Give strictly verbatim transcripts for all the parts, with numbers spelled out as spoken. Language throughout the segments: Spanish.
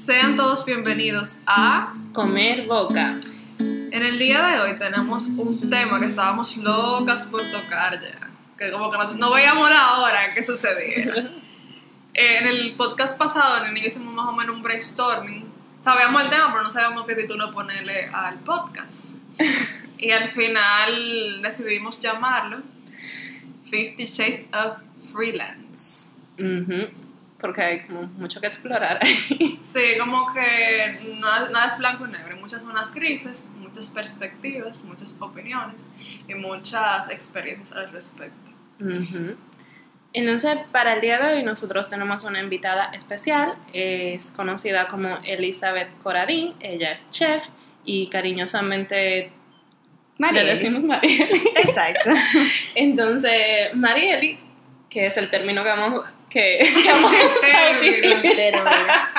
Sean todos bienvenidos a Comer Boca. En el día de hoy tenemos un tema que estábamos locas por tocar ya, que como que no, no veíamos la hora en que sucediera. Eh, en el podcast pasado, en el que hicimos más o menos un brainstorming, sabíamos el tema, pero no sabíamos qué título ponerle al podcast. Y al final decidimos llamarlo Fifty Shades of Freelance. Uh-huh. Porque hay como mucho que explorar ahí. Sí, como que nada, nada es blanco y negro. Hay muchas zonas grises, muchas perspectivas, muchas opiniones y muchas experiencias al respecto. Uh-huh. Entonces, para el día de hoy nosotros tenemos una invitada especial. Es conocida como Elizabeth Corradín. Ella es chef y cariñosamente Marieli. le decimos Marieli. Exacto. Entonces, Marieli, que es el término que vamos, que, que vamos a utilizar.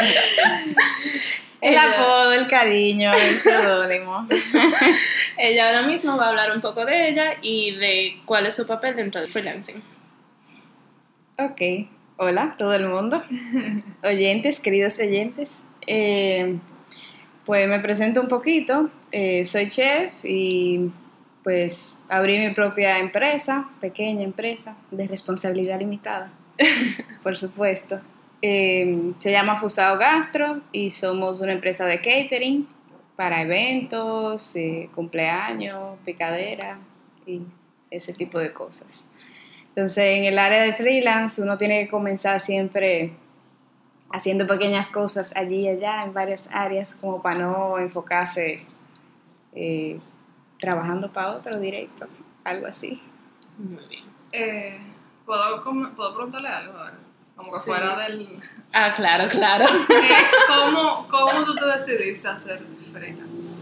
El Ella- apodo, el cariño, el seudónimo. Ella ahora mismo va a hablar un poco de ella y de cuál es su papel dentro del freelancing. Ok, hola todo el mundo, oyentes, queridos oyentes. Eh, pues me presento un poquito, eh, soy chef y pues abrí mi propia empresa, pequeña empresa de responsabilidad limitada, por supuesto. Eh, se llama Fusao Gastro y somos una empresa de catering para eventos, eh, cumpleaños, picadera y ese tipo de cosas. Entonces, en el área de freelance uno tiene que comenzar siempre haciendo pequeñas cosas allí y allá en varias áreas como para no enfocarse eh, trabajando para otro directo, algo así. Muy bien. Eh, ¿puedo, com- ¿Puedo preguntarle algo ahora? Como que Sí. fuera del... Ah, claro, claro. Eh, ¿cómo, ¿Cómo tú te decidiste a hacer freelance?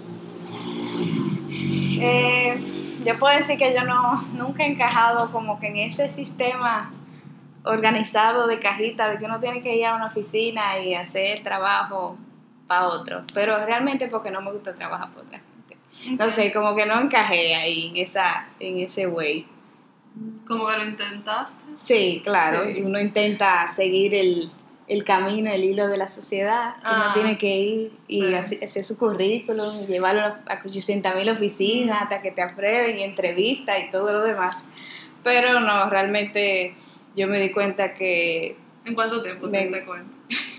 Eh, yo puedo decir que yo no, nunca he encajado como que en ese sistema organizado de cajita, de que uno tiene que ir a una oficina y hacer trabajo para otro, pero realmente porque no me gusta trabajar por otra gente. No sé, como que no encajé ahí en, esa, en ese way. ¿Cómo que lo intentaste? Sí, claro, Sí. uno intenta seguir el, el camino, el hilo de la sociedad, que Ah, uno tiene que ir y sí. hacer, hacer su currículum, y llevarlo a ochocientas mil oficinas hasta que te aprueben y entrevistas y todo lo demás. Pero no, realmente yo me di cuenta que ¿En cuánto tiempo Me- te diste cuenta?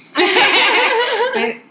eh,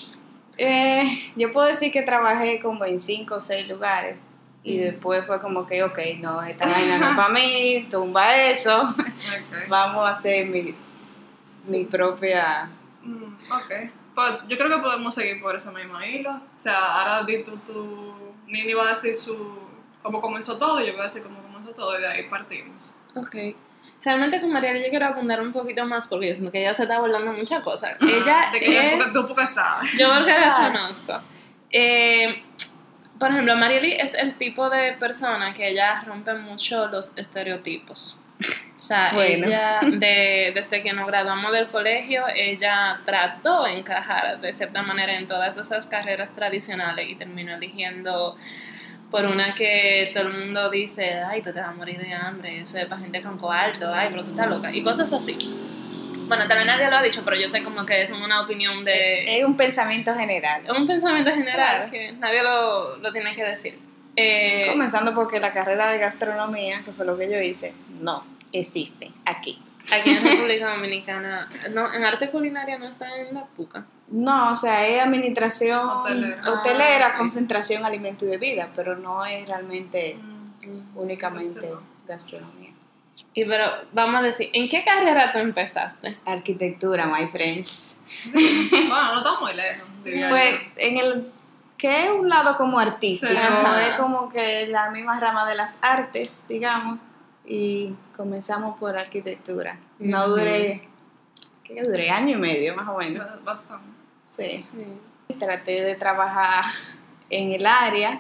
eh, yo puedo decir que trabajé como en cinco o seis lugares y Mm. después fue como que, ok, no, esta vaina no es para mí, tumba eso, Okay. vamos a hacer mi, mi propia... Mm, ok. Pues yo creo que podemos seguir por ese mismo hilo. O sea, ahora di tú, tú, Nini va a decir su, cómo comenzó todo y yo voy a decir cómo comenzó todo y de ahí partimos. Ok. Realmente con Mariela yo quiero abundar un poquito más porque yo siento que ella se está volando muchas cosas. Ella De que yo es... poco, tú poco sabes. Yo porque la Ah. conozco. Eh, por ejemplo, Marieli es el tipo de persona que ella rompe mucho los estereotipos. O sea, Bueno. ella, de, desde que nos graduamos del colegio, ella trató de encajar de cierta manera en todas esas carreras tradicionales y terminó eligiendo por una que todo el mundo dice, ay, tú te vas a morir de hambre, eso es para gente con coarto, ay, pero tú estás loca, y cosas así. Bueno, también nadie lo ha dicho, pero yo sé como que es una opinión de... Es un pensamiento general. Es un pensamiento general Claro. que nadie lo, lo tiene que decir. Eh, Comenzando porque la carrera de gastronomía, que fue lo que yo hice, no existe aquí. aquí en República Dominicana, no, en arte culinaria no está en la puca. No, o sea, es administración Hotelera. hotelera, Ah, sí. concentración, alimento y bebida, pero no es realmente Mm, únicamente no. gastronomía. Y pero vamos a decir, ¿en qué carrera tú empezaste? Arquitectura, my friends. Bueno, no está muy lejos, diría Pues yo. en el que es un lado como artístico, Sí. Ajá. es como que la misma rama de las artes, digamos, y comenzamos por arquitectura. No Ujú. duré, ¿qué duré? Año y medio más o menos. Bastante. Sí. Sí. Traté de trabajar en el área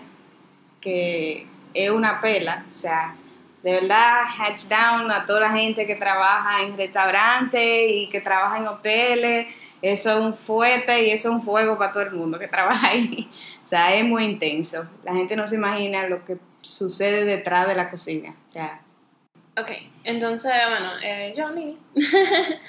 que es una pela, o sea, de verdad, hands down a toda la gente que trabaja en restaurantes y que trabaja en hoteles, eso es un fuerte y eso es un fuego para todo el mundo que trabaja ahí. O sea, es muy intenso. La gente no se imagina lo que sucede detrás de la cocina. O sea, Ok, entonces, bueno, eh, yo, Nini,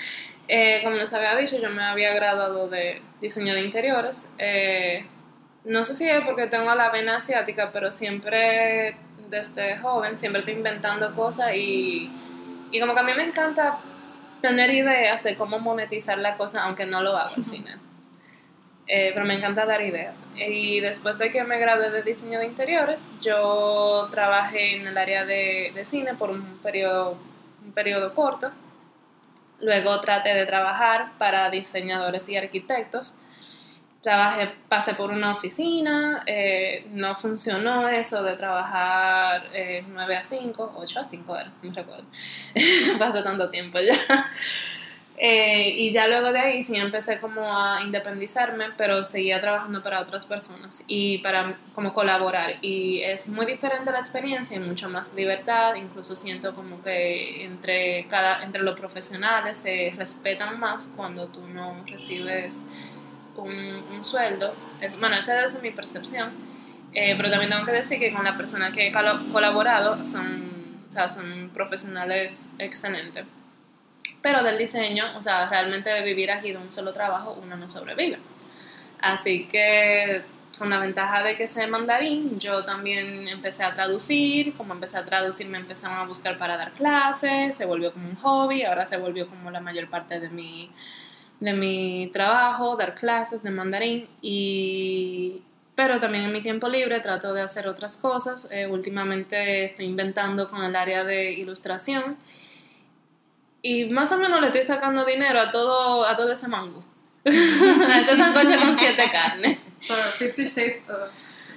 Eh, como les había dicho, yo me había graduado de diseño de interiores. Eh, no sé si es porque tengo la vena asiática, pero siempre, desde joven, siempre estoy inventando cosas y, y como que a mí me encanta tener ideas de cómo monetizar la cosa, aunque no lo hago al final. Eh, pero me encanta dar ideas. Y después de que me gradué de diseño de interiores, yo trabajé en el área de, de cine por un periodo, un periodo corto. Luego traté de trabajar para diseñadores y arquitectos. Trabajé, pasé por una oficina, eh, no funcionó eso de trabajar eh, nueve a cinco, ocho a cinco era, no me recuerdo. Pasó tanto tiempo ya. Eh, y ya luego de ahí sí empecé como a independizarme, pero seguía trabajando para otras personas y para como colaborar. Y es muy diferente la experiencia y mucha más libertad. Incluso siento como que entre, cada, entre los profesionales se respetan más cuando tú no recibes un, un sueldo. Es, bueno, esa es desde mi percepción. Eh, pero también tengo que decir que con la persona que he colaborado son, o sea, son profesionales excelentes. Pero del diseño, o sea, realmente de vivir aquí de un solo trabajo uno no sobrevive. Así que con la ventaja de que sé mandarín, yo también empecé a traducir. Como empecé a traducir me empezaron a buscar para dar clases, se volvió como un hobby, ahora se volvió como la mayor parte de mi, de mi trabajo, dar clases de mandarín. Y pero también en mi tiempo libre trato de hacer otras cosas. Eh, últimamente estoy inventando con el área de ilustración. Y más o menos le estoy sacando dinero a todo, a todo ese mango. A ese sancocho con siete carnes. So, Fifty Shades of...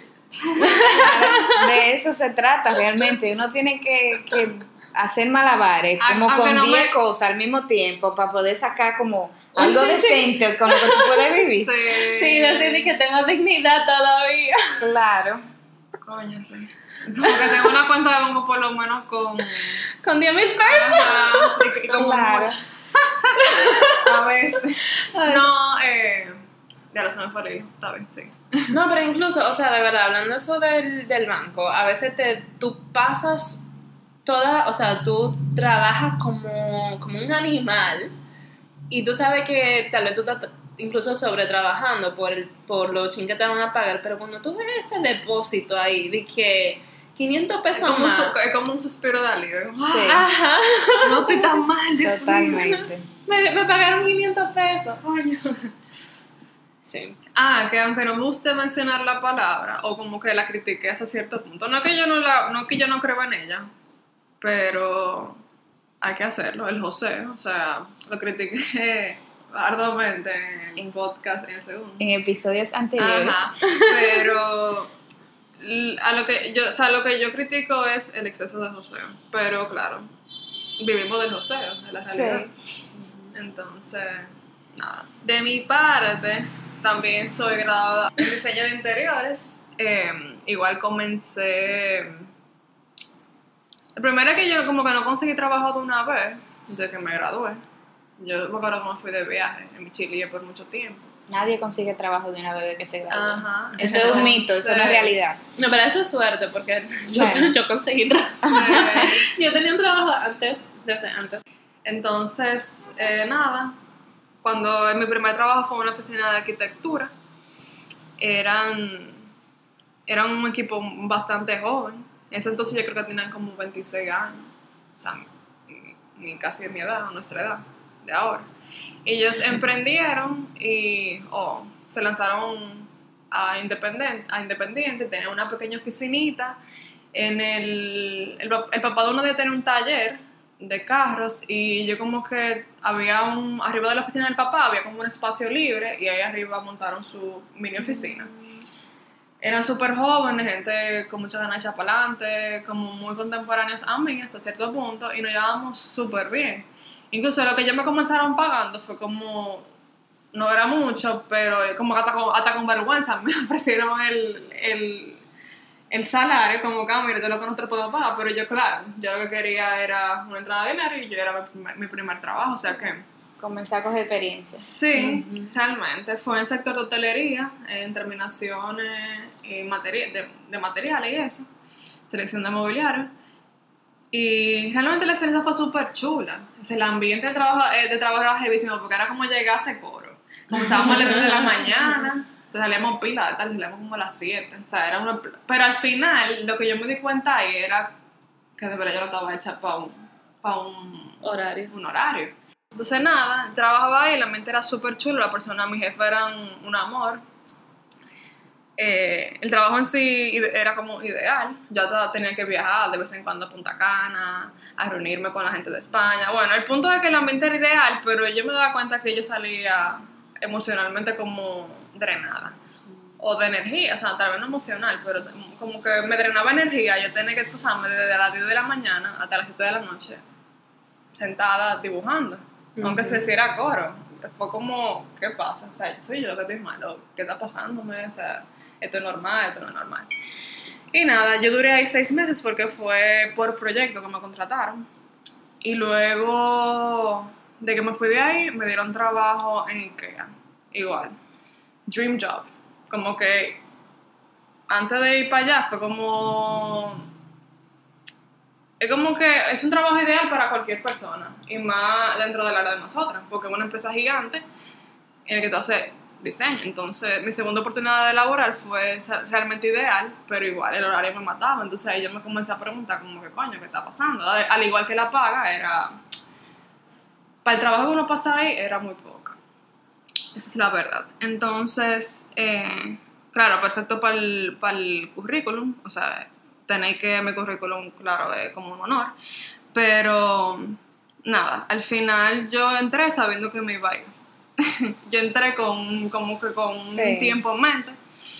De eso se trata realmente. Uno tiene que, que hacer malabares, como A, con no diez me... cosas al mismo tiempo, para poder sacar como algo decente con lo que tú puedes vivir. Sí, sí, decir que tengo dignidad todavía. Claro. Coño, sí. Como que tengo una cuenta de banco por lo menos con... Con diez mil pesos. Ajá, y, y como Claro. mucho. A veces. No, eh... ya lo se me fue el hilo, está bien, sí. No, pero incluso, o sea, de verdad, hablando eso del, del banco, a veces te, tú pasas toda, o sea, tú trabajas como, como un animal y tú sabes que tal vez tú estás incluso sobretrabajando por, el, por lo ching que te van a pagar, pero cuando tú ves ese depósito ahí de que quinientos pesos Es como, más. un, su- es como un suspiro de alivio. Sí. Ajá. No estoy tan mal, Dios mío. Totalmente. Me, me pagaron quinientos pesos. Coño. Sí. Ah, que aunque no me guste mencionar la palabra, o como que la critiqué hasta cierto punto, no que yo no la, no que yo no creo en ella, pero hay que hacerlo, el José, o sea, lo critiqué arduamente en el podcast en el segundo. En episodios anteriores. Ajá, pero a lo que yo, o sea, lo que yo critico es el exceso de José, pero claro, vivimos del José, de la realidad. Sí. Entonces, nada. De mi parte, también soy graduada en diseño de interiores. Eh, igual comencé. El primero es que yo como que no conseguí trabajo de una vez, de que me gradué. Yo me acuerdo que me fui de viaje en mi Chile por mucho tiempo. Nadie consigue trabajo de una vez de que se gradúa. Ajá. Eso es un mito, eso no es realidad. No, pero eso es suerte, porque yo, Bueno. yo conseguí trabajo. Sí. Yo tenía un trabajo antes, desde antes. Entonces, eh, nada, cuando en mi primer trabajo fue en una oficina de arquitectura, eran, eran un equipo bastante joven. En ese entonces yo creo que tenían como veintiséis años, o sea, mi, mi, casi de mi edad, nuestra edad, de ahora. Ellos emprendieron y oh, se lanzaron a Independiente, a Independiente, tenían una pequeña oficinita. En el, el, el papá de uno de tener un taller de carros y yo como que había un, arriba de la oficina del papá había como un espacio libre y ahí arriba montaron su mini oficina. Eran súper jóvenes, gente con muchas ganas de echar para adelante, como muy contemporáneos a mí hasta cierto punto y nos llevábamos súper bien. Incluso lo que ellos me comenzaron pagando fue como, no era mucho, pero como que hasta con, hasta con vergüenza me ofrecieron el, el, el salario, como que, ah, mira, todo lo que no te puedo pagar, pero yo, claro, yo lo que quería era una entrada de dinero y yo era mi primer, mi primer trabajo, o sea que... Comenzar a coger experiencia. Sí, uh-huh. Realmente, fue en el sector de hotelería, en terminaciones y materi- de, de materiales y eso, selección de mobiliario. Y realmente la experiencia fue súper chula. O sea, el ambiente de trabajo, eh, de trabajo era heavísimo porque era como llegar a ese coro. Comenzábamos a las tres de la mañana, o sea, salíamos pila de tarde, salíamos como a las siete. O sea, era una... Pero al final, lo que yo me di cuenta ahí era que de verdad yo no estaba hecha para un, pa un horario. un horario. Entonces, nada, trabajaba ahí, el ambiente era súper chulo, la persona, mi jefe eran un amor. Eh, el trabajo en sí era como ideal. Yo tenía que viajar de vez en cuando a Punta Cana, a reunirme con la gente de España. Bueno, el punto es que el ambiente era ideal, pero yo me daba cuenta que yo salía emocionalmente como drenada. O de energía, o sea, tal vez no emocional, pero como que me drenaba energía. Yo tenía que pasarme desde las diez de la mañana hasta las siete de la noche sentada dibujando. Uh-huh. Aunque se hiciera coro. Fue como, ¿qué pasa? O sea, soy yo que estoy malo. ¿Qué está pasándome? O sea, esto es normal, esto no es normal. Y nada, yo duré ahí seis meses porque fue por proyecto que me contrataron. Y luego de que me fui de ahí, me dieron trabajo en IKEA. Igual. Dream job. Como que antes de ir para allá fue como... Es como que es un trabajo ideal para cualquier persona. Y más dentro del área de nosotras. Porque es una empresa gigante en la que tú haces diseño. Entonces, mi segunda oportunidad de laboral fue realmente ideal, pero igual el horario me mataba. Entonces ahí yo me comencé a preguntar como que coño, ¿qué está pasando? Al igual que la paga era... Para el trabajo que uno pasa ahí era muy poca. Esa es la verdad. Entonces, eh, claro, perfecto para el, para el currículum. O sea, tenéis que mi currículum, claro, es como un honor. Pero, nada, al final yo entré sabiendo que me iba a ir. Yo entré con, como que con sí. un tiempo en mente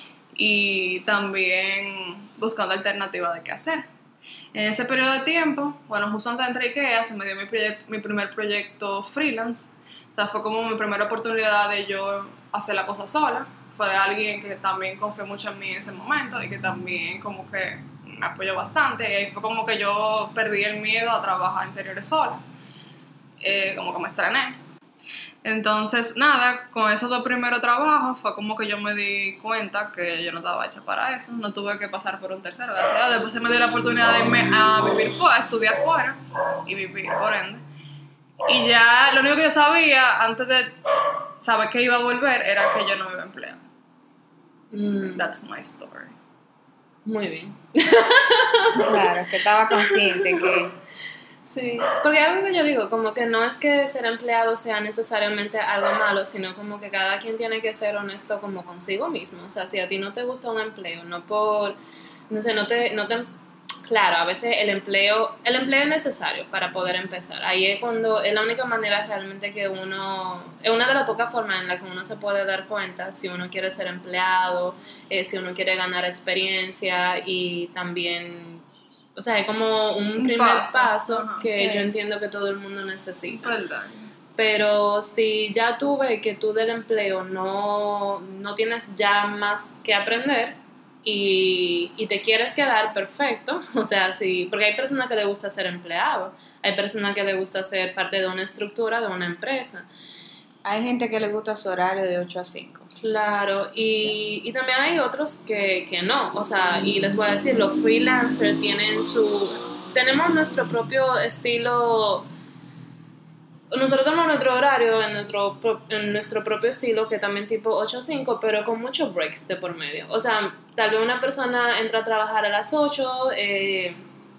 y también buscando alternativas de qué hacer. En ese periodo de tiempo, bueno, justo antes de entrar a IKEA, se me dio mi, proye- mi primer proyecto freelance. O sea, fue como mi primera oportunidad de yo hacer la cosa sola. Fue de alguien que también confió mucho en mí en ese momento y que también como que me apoyó bastante. Y ahí fue como que yo perdí el miedo a trabajar interiores sola. Eh, como que me estrené. Entonces, nada, con esos dos primeros trabajos fue como que yo me di cuenta que yo no estaba hecha para eso, no tuve que pasar por un tercero. Después se me dio la oportunidad de irme a vivir fuera, a estudiar fuera y vivir, por ende. Y ya lo único que yo sabía antes de saber que iba a volver era que yo no me iba a emplear. Mm. That's my story. Muy bien. Claro, que estaba consciente que... Sí, porque algo que yo digo, como que no es que ser empleado sea necesariamente algo malo, sino como que cada quien tiene que ser honesto como consigo mismo. O sea, si a ti no te gusta un empleo, no por, no sé, no te, no te, claro, a veces el empleo, el empleo es necesario para poder empezar. Ahí es cuando, es la única manera realmente que uno, es una de las pocas formas en la que uno se puede dar cuenta si uno quiere ser empleado, eh, si uno quiere ganar experiencia y también... O sea, es como un, un primer paso, paso Ajá, que sí. yo entiendo que todo el mundo necesita. ¿Verdad? Pero si ya tú ves que tú del empleo no, no tienes ya más que aprender y, y te quieres quedar, perfecto. O sea, sí, porque hay personas que les gusta ser empleado, hay personas que les gusta ser parte de una estructura, de una empresa. Hay gente que le gusta su horario de ocho a cinco. Claro, y, y también hay otros que, que no, o sea, y les voy a decir, los freelancers tienen su, tenemos nuestro propio estilo, nosotros tenemos nuestro horario en nuestro, en nuestro propio estilo, que también tipo ocho a cinco, pero con muchos breaks de por medio. O sea, tal vez una persona entra a trabajar a las ocho, eh,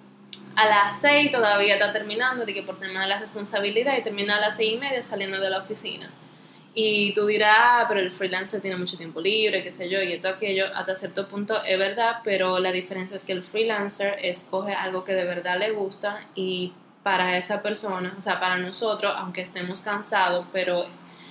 a las seis todavía está terminando, de que por tema de la responsabilidad, y termina a las seis y media saliendo de la oficina. Y tú dirás, ah, pero el freelancer tiene mucho tiempo libre, qué sé yo, y esto, aquello, hasta cierto punto es verdad, pero la diferencia es que el freelancer escoge algo que de verdad le gusta y para esa persona, o sea, para nosotros, aunque estemos cansados, pero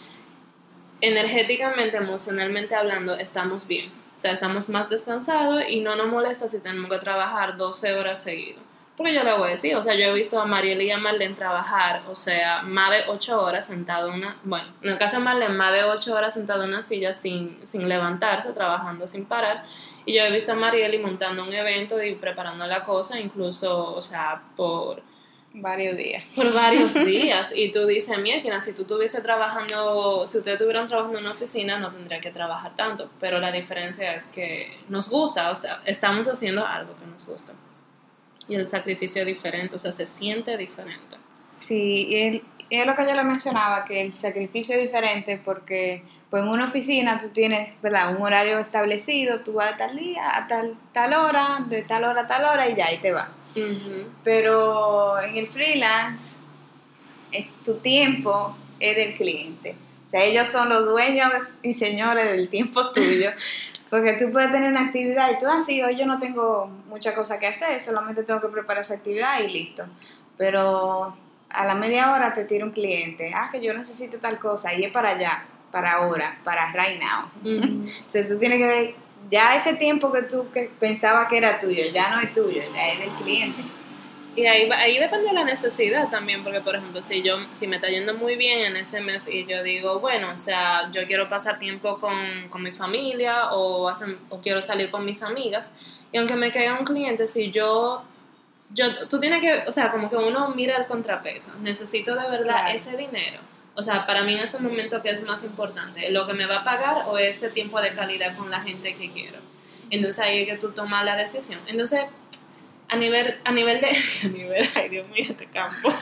energéticamente, emocionalmente hablando, estamos bien. O sea, estamos más descansados y no nos molesta si tenemos que trabajar doce horas seguidas. Porque yo le voy a decir, o sea, yo he visto a Mariel y a Marlene trabajar, o sea, más de ocho horas sentado en una, bueno, en el caso de Marlene, más de ocho horas sentado en una silla sin, sin levantarse, trabajando sin parar, y yo he visto a Mariel y montando un evento y preparando la cosa, incluso, o sea, por... varios días. Por varios días, y tú dices, mira, si tú estuviese trabajando, si ustedes estuvieran trabajando en una oficina, no tendría que trabajar tanto, pero la diferencia es que nos gusta, o sea, estamos haciendo algo que nos gusta. Y el sacrificio es diferente, o sea, se siente diferente. Sí, y es, y es lo que yo le mencionaba, que el sacrificio es diferente porque pues en una oficina tú tienes, ¿verdad?, un horario establecido, tú vas de tal día a tal, tal hora, de tal hora a tal hora y ya, y te vas. Uh-huh. Pero en el freelance, eh, tu tiempo es del cliente. O sea, ellos son los dueños y señores del tiempo tuyo. Porque tú puedes tener una actividad y tú, ah, sí, hoy yo no tengo mucha cosa que hacer, solamente tengo que preparar esa actividad y listo. Pero a la media hora te tira un cliente, ah, que yo necesito tal cosa, y es para allá, para ahora, para right now. Uh-huh. O sea, tú tienes que, ya ese tiempo que tú que pensabas que era tuyo, ya no es tuyo, ya es del cliente. Y ahí, ahí depende de la necesidad también, porque por ejemplo, si yo si me está yendo muy bien en ese mes y yo digo, bueno, o sea, yo quiero pasar tiempo con, con mi familia o, hacer, o quiero salir con mis amigas, y aunque me caiga un cliente, si yo, yo, tú tienes que, o sea, como que uno mira el contrapeso, necesito de verdad Claro. ese dinero. O sea, para mí en ese momento, ¿qué es más importante? ¿Lo que me va a pagar o ese tiempo de calidad con la gente que quiero? Entonces ahí es que tú tomas la decisión. Entonces, a nivel, a nivel de... A nivel, ay Dios mío, este campo.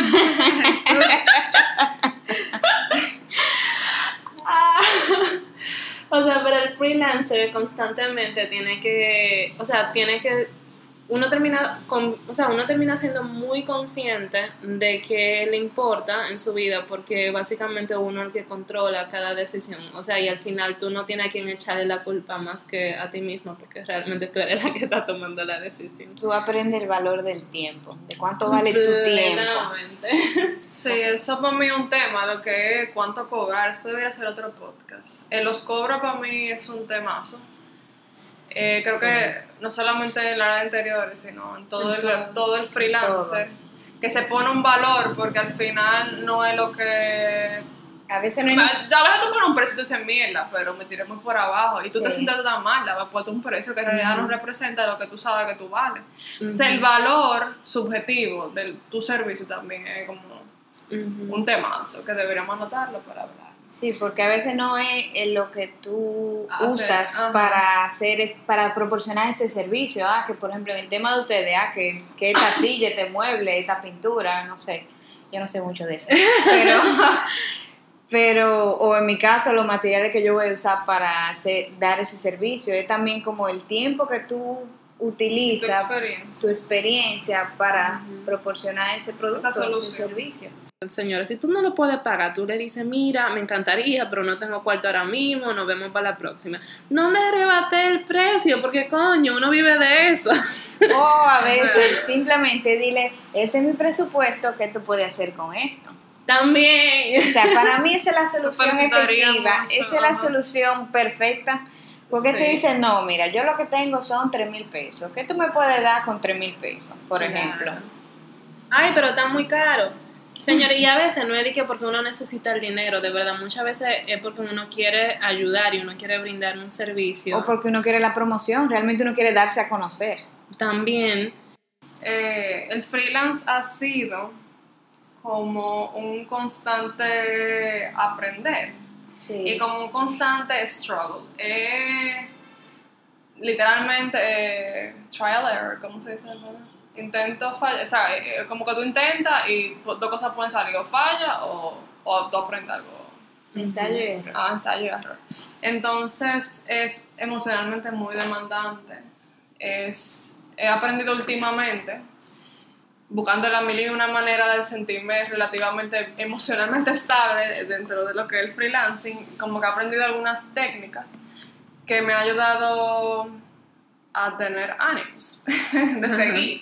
Ah, o sea, pero el freelancer constantemente tiene que... O sea, tiene que... Uno termina, con, o sea, uno termina siendo muy consciente de qué le importa en su vida, porque básicamente uno es el que controla cada decisión. O sea, y al final tú no tienes a quien echarle la culpa más que a ti mismo, porque realmente tú eres la que está tomando la decisión. Tú aprendes el valor del tiempo, de cuánto vale tu tiempo. Sí, eso para mí es un tema, lo que es cuánto cobrar, eso debería ser otro podcast. Eh, los cobros para mí es un temazo. Eh, creo Sí. que no solamente en el área de interiores, sino en todo, En el, todos, todo el freelancer, todo. que se pone un valor, porque al final no es lo que... A veces no hay A ni- veces tú pones un precio y tú dices mierda, pero me tiré muy por abajo, y tú Sí. te sientes tan mal, la vas a poner un precio que en realidad Ujú. no representa lo que tú sabes que tú vales. Uh-huh. Entonces el valor subjetivo de tu servicio también es como Uh-huh. un temazo, que deberíamos anotarlo para hablar. Sí, porque a veces no es en lo que tú Hacer, usas ajá. para hacer es, para proporcionar ese servicio, ah, que por ejemplo en el tema de ustedes, ah, que, que esta silla, este mueble, esta pintura, no sé, yo no sé mucho de eso, pero, pero o en mi caso los materiales que yo voy a usar para hacer, dar ese servicio, es también como el tiempo que tú Tu utilizas, experiencia. tu experiencia para Ujú. proporcionar ese producto, Esa ese solución. servicio. Señores, si tú no lo puedes pagar, tú le dices, mira, me encantaría, pero no tengo cuarto ahora mismo, nos vemos para la próxima. No le rebate el precio, porque coño, uno vive de eso. O a veces simplemente dile, este es mi presupuesto, ¿qué tú puedes hacer con esto? También. O sea, para mí esa es la solución felicitaría efectiva, mucho, esa es la ajá. solución perfecta. Porque te Sí. dicen, no, mira, yo lo que tengo son tres mil pesos. ¿Qué tú me puedes dar con tres mil pesos, por Claro. ejemplo? Ay, pero está muy caro. Señores, y a veces no es de que porque uno necesita el dinero, de verdad, muchas veces es porque uno quiere ayudar y uno quiere brindar un servicio. O porque uno quiere la promoción, realmente uno quiere darse a conocer. También, Eh, el freelance ha sido como un constante aprender Sí. y como un constante struggle. Eh, literalmente, eh, trial error, ¿cómo se dice? ¿Verdad? Intento fallar, o sea, eh, como que tú intentas y dos cosas pueden salir, o falla o, o tú aprendes algo. Ensayo y error. Ah, ensayo y error. Entonces es emocionalmente muy demandante. Es, he aprendido últimamente, buscando la mil y una manera de sentirme relativamente emocionalmente estable dentro de lo que es el freelancing, como que he aprendido algunas técnicas que me han ayudado a tener ánimos de seguir.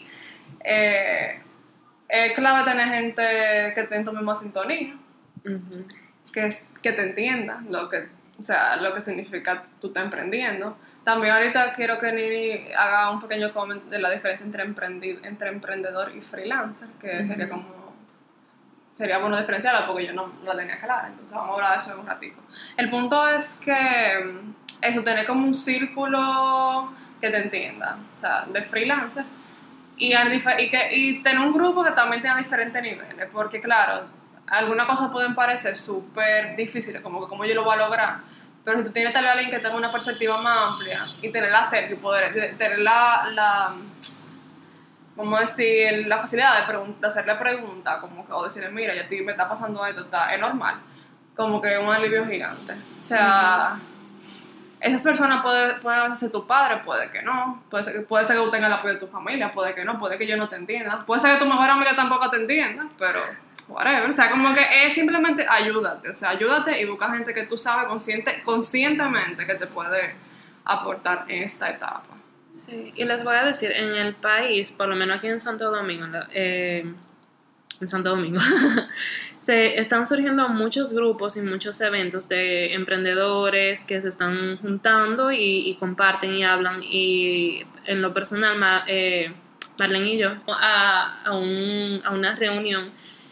Eh, es clave tener gente que esté en tu misma sintonía, uh-huh. que, es, que te entienda lo que, o sea, lo que significa tú estás emprendiendo. También ahorita quiero que Nini haga un pequeño comment de la diferencia entre, emprendi, entre emprendedor y freelancer, que uh-huh. sería como sería bueno diferenciarla porque yo no la tenía clara, entonces vamos a hablar de eso en un ratico. El punto es que eso, tener como un círculo que te entienda, o sea, de freelancer, y, y, que, y tener un grupo que también tenga diferentes niveles, porque claro, algunas cosas pueden parecer súper difíciles, como que cómo yo lo voy a lograr, pero si tú tienes tal vez alguien que tenga una perspectiva más amplia y tenerla cerca y poder tener la, la, vamos a decir, la facilidad de, pregun- de hacerle preguntas, como que, o decirle, mira, yo estoy, me está pasando esto, está, es normal, como que un alivio gigante. O sea, uh-huh. esas personas pueden puede ser tu padre, puede que no, puede ser, puede ser que tú tengas el apoyo de tu familia, puede que no, puede que yo no te entienda, puede ser que tu mejor amiga tampoco te entienda, pero whatever. O sea, como que es simplemente ayúdate, o sea, ayúdate y busca gente que tú sabes consciente, conscientemente que te puede aportar en esta etapa. Sí, y les voy a decir, en el país, por lo menos aquí en Santo Domingo, eh, en Santo Domingo, se están surgiendo muchos grupos y muchos eventos de emprendedores que se están juntando y, y comparten y hablan. Y en lo personal, Mar, eh, Marlene y yo, a, a, un, a una reunión.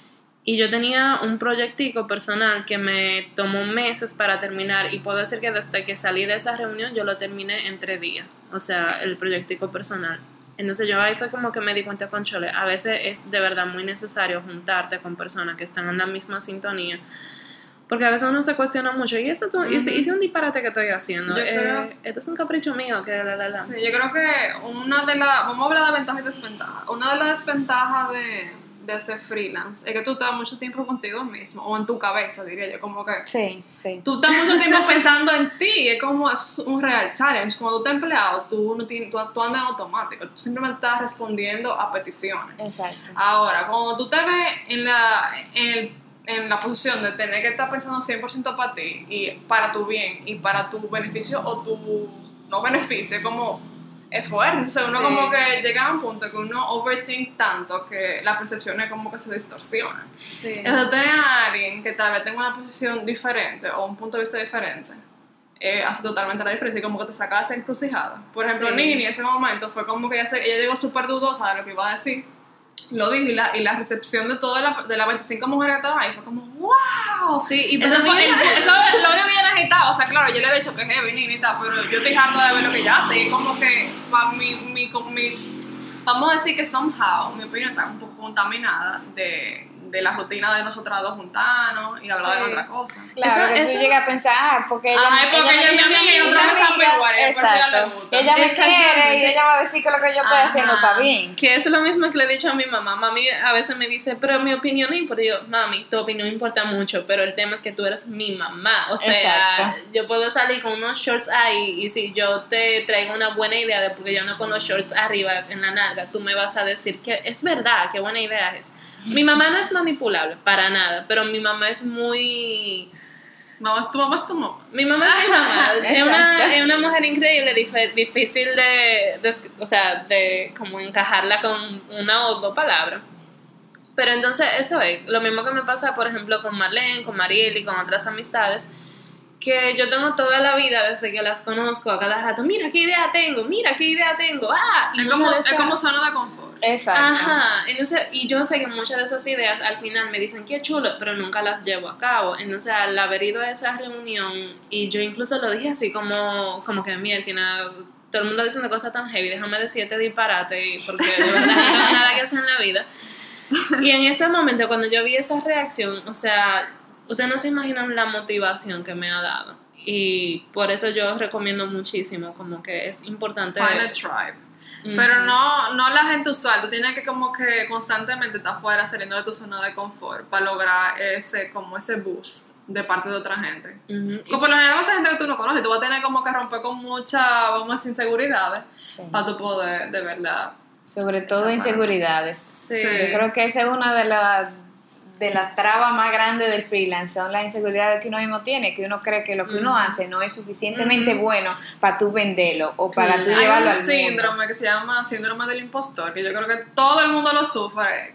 Y yo tenía un proyectico personal que me tomó meses para terminar, y puedo decir que desde que salí de esa reunión yo lo terminé en tres días, o sea, el proyectico personal. Entonces yo ahí fue como que me di cuenta, conchole, a veces es de verdad muy necesario juntarte con personas que están en la misma sintonía, porque a veces uno se cuestiona mucho, y esto uh-huh. hice, hice un disparate que estoy haciendo, eh, creo, esto es un capricho mío, que la, la, la. Sí, yo creo que una de las, vamos a hablar de ventajas y desventajas, una de las desventajas de de ser freelance, es que tú estás mucho tiempo contigo mismo, o en tu cabeza, diría yo, como que sí, sí. tú estás mucho tiempo pensando en ti, es como es un real challenge. Cuando tú estás empleado, tú, no tienes, tú, tú andas en automático, tú simplemente estás respondiendo a peticiones. Exacto. Ahora, cuando tú te ves en la, en, el, en la posición de tener que estar pensando cien por ciento para ti, y para tu bien, y para tu beneficio o tu no beneficio, es como es fuerte. Entonces uno sí. como que llega a un punto que uno overthink tanto que las percepciones como que se distorsionan. Sí. Entonces tener a alguien que tal vez tenga una posición diferente o un punto de vista diferente eh, hace totalmente la diferencia, y como que te saca de esa encrucijada. Por ejemplo, sí. Nini en ese momento fue como que ella, se, ella llegó súper dudosa de lo que iba a decir, lo dijo, y la, y la recepción de todas las de la veinticinco mujeres que estaban ahí fue como wow. Sí, y eso fue el, eso lo único que ella necesitaba. O sea, claro, yo le he dicho que es heavy, Nini, pero yo estoy harta de ver lo que ella hace, y como que para mi, mi, mi vamos a decir que somehow mi opinión está un poco contaminada de de la rutina de nosotras dos juntarnos y hablar sí. de otra cosa. Claro, eso, que tú eso... llegas a pensar, ah, porque ella, Ay, porque ella, ella es mi amiga y otra vez está igual. Exacto. Ella me quiere y ella va a decir que lo que yo estoy Ajá. haciendo está bien. Que es lo mismo que le he dicho a mi mamá. Mami a veces me dice, pero mi opinión no importa. Yo, mami, tu opinión importa mucho, pero el tema es que tú eres mi mamá. O sea, Exacto. yo puedo salir con unos shorts ahí, y si yo te traigo una buena idea de porque yo no con los shorts arriba en la nalga, tú me vas a decir que es verdad, qué buena idea es. Mi mamá no es manipulable, para nada, pero mi mamá es muy... Mamá, tu mamá es tu mamá. Mi mamá es mi mamá. es, una, es una mujer increíble, dif- difícil de, de, o sea, de como encajarla con una o dos palabras. Pero entonces eso es, lo mismo que me pasa, por ejemplo, con Marlene, con Mariel y con otras amistades, que yo tengo toda la vida desde que las conozco a cada rato, mira qué idea tengo, mira qué idea tengo, ah, y es como, esa... es como zona de confort. Exacto. Ajá, entonces, y yo sé que muchas de esas ideas al final me dicen qué chulo, pero nunca las llevo a cabo. Entonces, al haber ido a esa reunión, y yo incluso lo dije así como, como que mira, tiene todo el mundo diciendo cosas tan heavy, déjame decirte disparate, porque de verdad no tengo nada que hacer en la vida. Y en ese momento, cuando yo vi esa reacción, o sea, ustedes no se imaginan la motivación que me ha dado. Y por eso yo recomiendo muchísimo, como que es importante. Find a tribe. Uh-huh. Pero no, no la gente usual, tú tienes que como que constantemente estar fuera, saliendo de tu zona de confort para lograr ese, como ese boost de parte de otra gente. Uh-huh. Como por lo general va a ser gente que tú no conoces, tú vas a tener como que romper con muchas, vamos a decir, inseguridades sí. para tu poder de verdad. Sobre todo inseguridades. Sí. Sí. Yo creo que esa es una de las de las trabas más grandes del freelance, son las inseguridades que uno mismo tiene, que uno cree que lo que uno hace no es suficientemente bueno para tú venderlo o para tú llevarlo al mundo. Hay un síndrome que se llama síndrome del impostor, que yo creo que todo el mundo lo sufre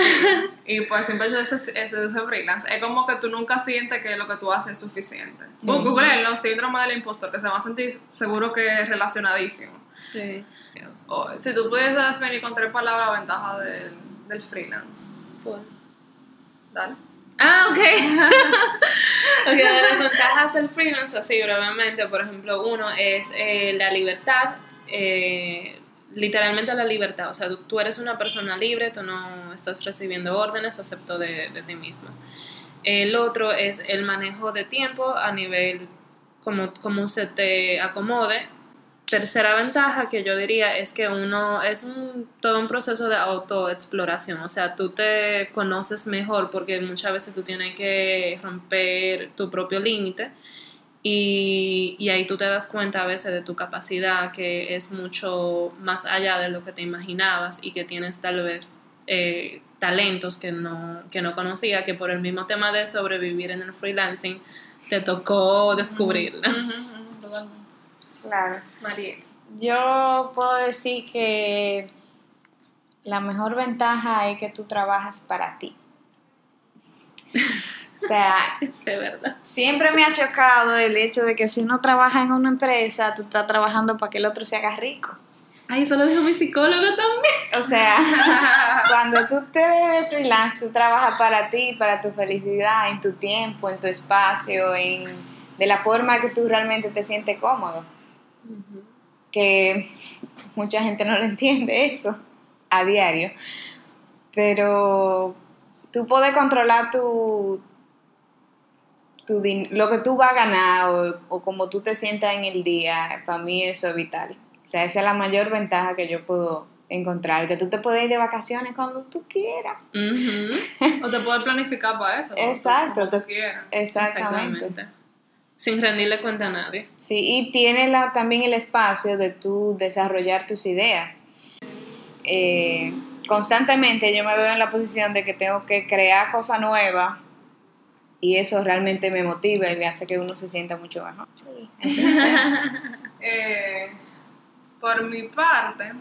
y por el simple hecho de ese, ese, ese freelance es como que tú nunca sientes que lo que tú haces es suficiente. Sí. Google, síndrome del impostor, que se va a sentir seguro que es relacionadísimo. Sí. O, si tú pudieras definir con tres palabras la ventaja del, del freelance. Fue. Dale. Ah, ok. Ok, de las ventajas del freelance, así brevemente, por ejemplo, uno es eh, la libertad, eh, literalmente la libertad, o sea, tú, tú eres una persona libre, tú no estás recibiendo órdenes excepto de, de ti misma. El otro es el manejo de tiempo a nivel como, como se te acomode, tercera ventaja que yo diría es que uno es un, todo un proceso de autoexploración, o sea, tú te conoces mejor porque muchas veces tú tienes que romper tu propio límite y, y ahí tú te das cuenta a veces de tu capacidad que es mucho más allá de lo que te imaginabas y que tienes tal vez eh, talentos que no, que no conocía, que por el mismo tema de sobrevivir en el freelancing te tocó descubrirla. Uh-huh, uh-huh, totalmente. Claro. María. Yo puedo decir que la mejor ventaja es que tú trabajas para ti. O sea, Es de verdad. siempre me ha chocado el hecho de que si uno trabaja en una empresa, tú estás trabajando para que el otro se haga rico. Ay, eso lo dijo mi psicólogo también. O sea, cuando tú te ves freelance, tú trabajas para ti, para tu felicidad, en tu tiempo, en tu espacio, en, de la forma que tú realmente te sientes cómodo. Uh-huh. Que mucha gente no lo entiende eso a diario. Pero tú puedes controlar tu, tu din- lo que tú vas a ganar o, o como tú te sientas en el día. Para mí eso es vital. O sea, esa es la mayor ventaja que yo puedo encontrar, que tú te puedes ir de vacaciones cuando tú quieras. Uh-huh. O te puedes planificar para eso. Exacto. Como tú, como tú quieras. Exactamente. Sin rendirle cuenta a nadie. Sí, y tiene la, también el espacio de tú desarrollar tus ideas. Eh, constantemente yo me veo en la posición de que tengo que crear cosas nuevas y eso realmente me motiva y me hace que uno se sienta mucho mejor. Sí, entonces, eh, por mi parte,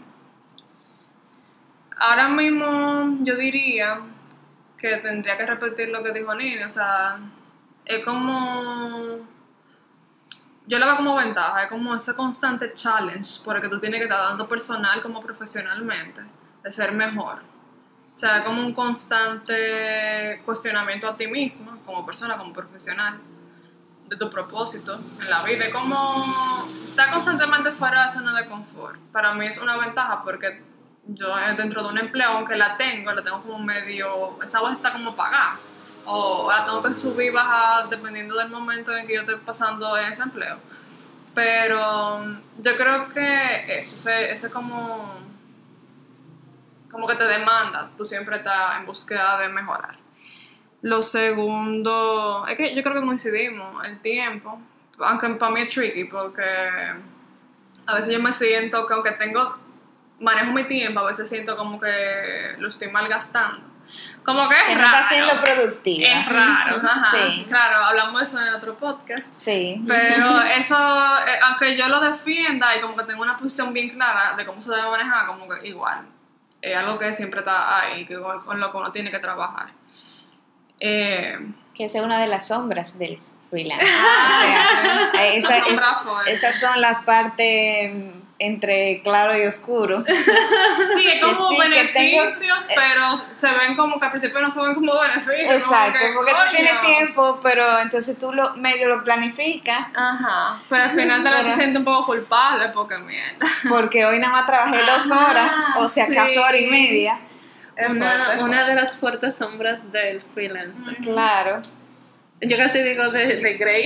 ahora mismo yo diría que tendría que repetir lo que dijo Nini, o sea, es como... Yo lo veo como ventaja, es como ese constante challenge por el que tú tienes que estar dando personal como profesionalmente, de ser mejor. O sea, es como un constante cuestionamiento a ti mismo, como persona, como profesional, de tu propósito en la vida. Es como estar constantemente fuera de la zona de confort. Para mí es una ventaja porque yo dentro de un empleo, aunque la tengo, la tengo como medio, esa voz está como pagada. O la tengo que subir y bajar dependiendo del momento en que yo esté pasando en ese empleo. Pero yo creo que eso, ese, ese como, como que te demanda, tú siempre estás en búsqueda de mejorar. Lo segundo, es que yo creo que coincidimos, el tiempo, aunque para mí es tricky porque a veces yo me siento que aunque tengo, manejo mi tiempo, a veces siento como que lo estoy malgastando. Como que es que no raro. está siendo productiva. Es raro, ajá. Sí. Claro, hablamos de eso en otro podcast. Sí. Pero eso, eh, aunque yo lo defienda y como que tengo una posición bien clara de cómo se debe manejar, como que igual, es algo que siempre está ahí, que con, con lo que uno tiene que trabajar. Eh, Que esa es una de las sombras del freelance. O sea, esa, es, esas son las partes entre claro y oscuro. Sí, es como sí, beneficios, tengo, pero se ven como que al principio no se ven como beneficios. Exacto, como que, porque coño, tú tienes tiempo, pero entonces tú lo, medio lo planificas. Ajá, pero al final te, Pero, te sientes un poco culpable porque mierda. Porque hoy nada más trabajé dos horas, o si acaso sí. hora y media. Una, fuerte, una de las fuertes sombras del freelancer. Claro. Yo casi digo de, de Grey.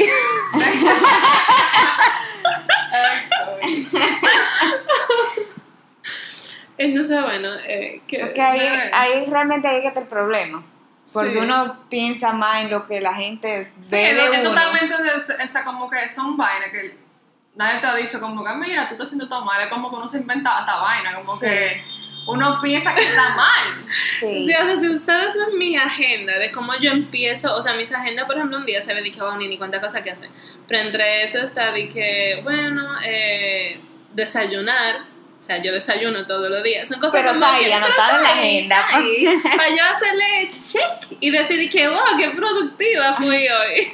Entonces, bueno, eh, que, Porque ahí, ahí realmente ahí que está el problema. Porque Sí. uno piensa más en lo que la gente Sí, ve de es uno. totalmente de, esa como que son vainas que nadie te ha dicho como que mira, tú estás haciendo todo mal, es como que uno se inventa esta vaina, como Sí. que uno piensa que está mal. Sí. Sí, o sea, si ustedes ven mi agenda de cómo yo empiezo, o sea, mis agendas, por ejemplo, un día se ve de que, wow, ni cuántas cosas que hacen, pero entre eso está de que, bueno, eh, desayunar, o sea, yo desayuno todos los días, son cosas Pero como está ahí, que, anotado en la agenda. está ahí, para yo hacerle check y decir que, wow, qué productiva fui hoy.